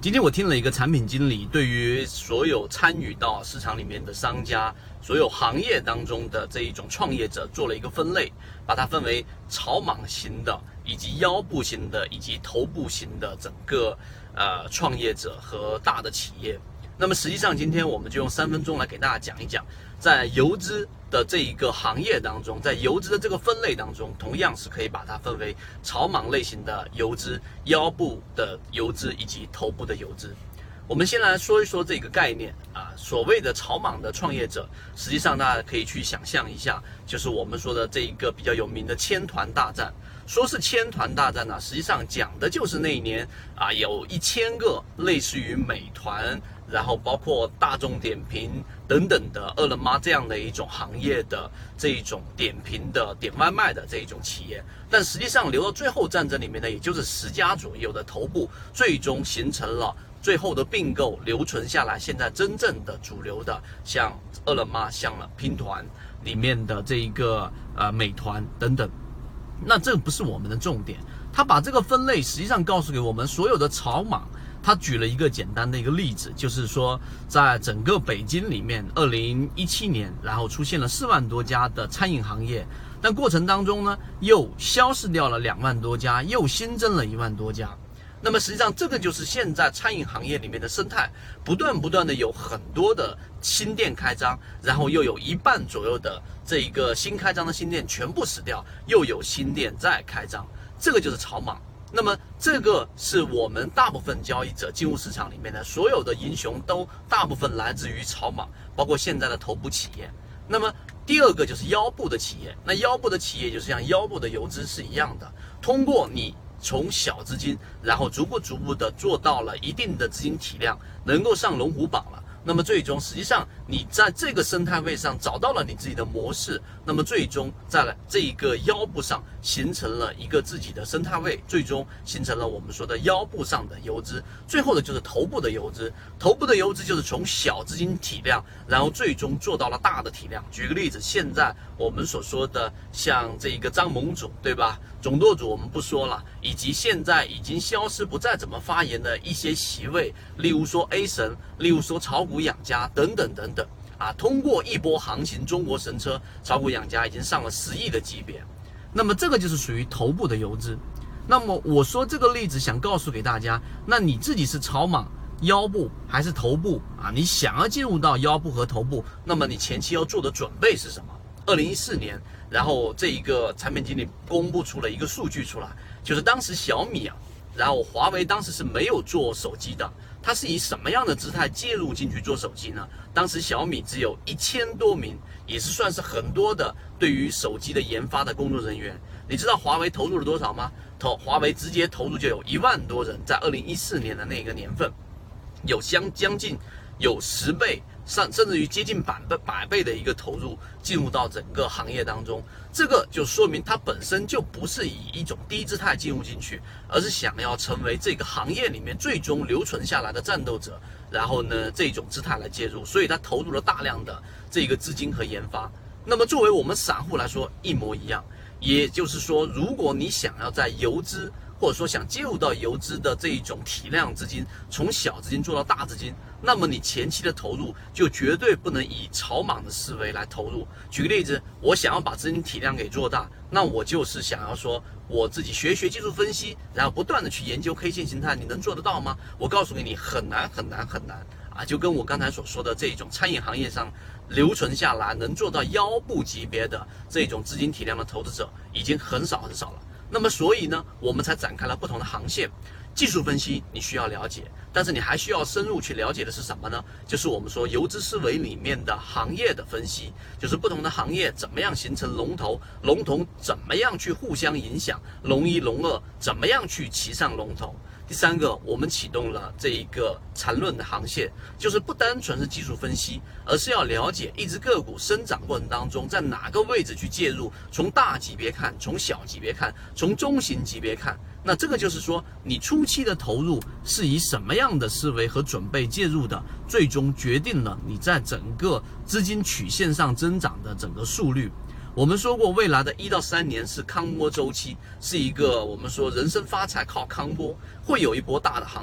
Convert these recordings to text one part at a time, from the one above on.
今天我听了一个产品经理对于所有参与到市场里面的商家，所有行业当中的这一种创业者做了一个分类，把它分为草莽型的，以及腰部型的，以及头部型的整个创业者和大的企业。那么实际上今天我们就用3分钟来给大家讲一讲，在游资的这一个行业当中，在游资的这个分类当中，同样是可以把它分为草莽类型的游资、腰部的游资以及头部的游资。我们先来说一说这个概念所谓的草莽的创业者，实际上大家可以去想象一下，就是我们说的这一个比较有名的千团大战。说是千团大战呢，实际上讲的就是那一年有1000个类似于美团，然后包括大众点评等等的饿了么这样的一种行业的这一种点评的点外卖的这一种企业，但实际上留到最后战争里面呢，也就是10家左右的头部，最终形成了最后的并购，留存下来现在真正的主流的，像饿了么、像拼团里面的这一个美团等等。那这不是我们的重点，他把这个分类实际上告诉给我们所有的草莽。他举了一个简单的一个例子，就是说在整个北京里面2017年然后出现了4万多家的餐饮行业，但过程当中呢又消失掉了2万多家，又新增了1万多家。那么实际上这个就是现在餐饮行业里面的生态，不断的有很多的新店开张，然后又有1半左右的这一个新开张的新店全部死掉，又有新店再开张，这个就是草莽。那么这个是我们大部分交易者进入市场里面的所有的英雄都大部分来自于草莽，包括现在的头部企业。那么第二个就是腰部的企业，那腰部的企业就是像腰部的游资是一样的，通过你从小资金，然后逐步的做到了一定的资金体量，能够上龙虎榜了。那么最终实际上你在这个生态位上找到了你自己的模式，那么最终在这一个腰部上形成了一个自己的生态位，最终形成了我们说的腰部上的游资。最后的就是头部的游资，头部的游资就是从小资金体量，然后最终做到了大的体量。举个例子，现在我们所说的像这个张盟主，对吧？总舵主我们不说了，以及现在已经消失不再怎么发言的一些席位，例如说 A 神，例如说炒股养家等等通过一波行情，中国神车炒股养家已经上了10亿的级别。那么这个就是属于头部的游资。那么我说这个例子想告诉给大家，那你自己是草莽、腰部还是头部你想要进入到腰部和头部，那么你前期要做的准备是什么？2014年，然后这一个产品经理公布出了一个数据出来，就是当时小米然后华为当时是没有做手机的，它是以什么样的姿态介入进去做手机呢？当时小米只有1000多名，也是算是很多的对于手机的研发的工作人员。你知道华为投入了多少吗？华为直接投入就有1万多人，在2014年的那个年份，有将近有10倍，甚至于接近100倍的一个投入进入到整个行业当中。这个就说明它本身就不是以一种低姿态进入进去，而是想要成为这个行业里面最终留存下来的战斗者，然后呢这种姿态来介入，所以它投入了大量的这个资金和研发。那么作为我们散户来说一模一样，也就是说如果你想要在游资或者说想介入到游资的这一种体量资金，从小资金做到大资金，那么你前期的投入就绝对不能以草莽的思维来投入。举个例子，我想要把资金体量给做大，那我就是想要说我自己学技术分析，然后不断的去研究 K 线形态，你能做得到吗？我告诉你，很难就跟我刚才所说的这种餐饮行业上留存下来能做到腰部级别的这种资金体量的投资者已经很少了。那么所以呢，我们才展开了不同的航线。技术分析你需要了解，但是你还需要深入去了解的是什么呢？就是我们说游资思维里面的行业的分析，就是不同的行业怎么样形成龙头，龙头怎么样去互相影响，龙1、龙2怎么样去骑上龙头。第3个，我们启动了这一个缠论的航线，就是不单纯是技术分析，而是要了解一只个股生长过程当中在哪个位置去介入，从大级别看，从小级别看，从中型级别看。那这个就是说你初期的投入是以什么样的思维和准备介入的，最终决定了你在整个资金曲线上增长的整个速率。我们说过，未来的1到3年是康波周期，是一个我们说人生发财靠康波，会有一波大的行情。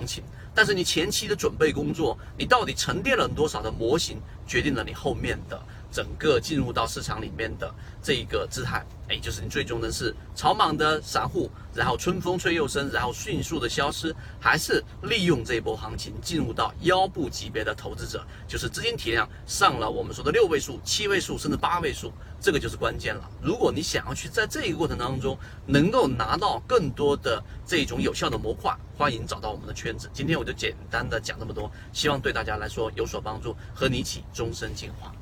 但是你前期的准备工作，你到底沉淀了多少的模型，决定了你后面的整个进入到市场里面的这一个姿态。就是你最终的是草莽的散户，然后春风吹又生，然后迅速的消失，还是利用这一波行情进入到腰部级别的投资者，就是资金体量上了我们说的6位数、7位数甚至8位数，这个就是关键了。如果你想要去在这一个过程当中能够拿到更多的这种有效的模块，欢迎找到我们的圈子。今天我就简单的讲这么多，希望对大家来说有所帮助，和你一起终身进化。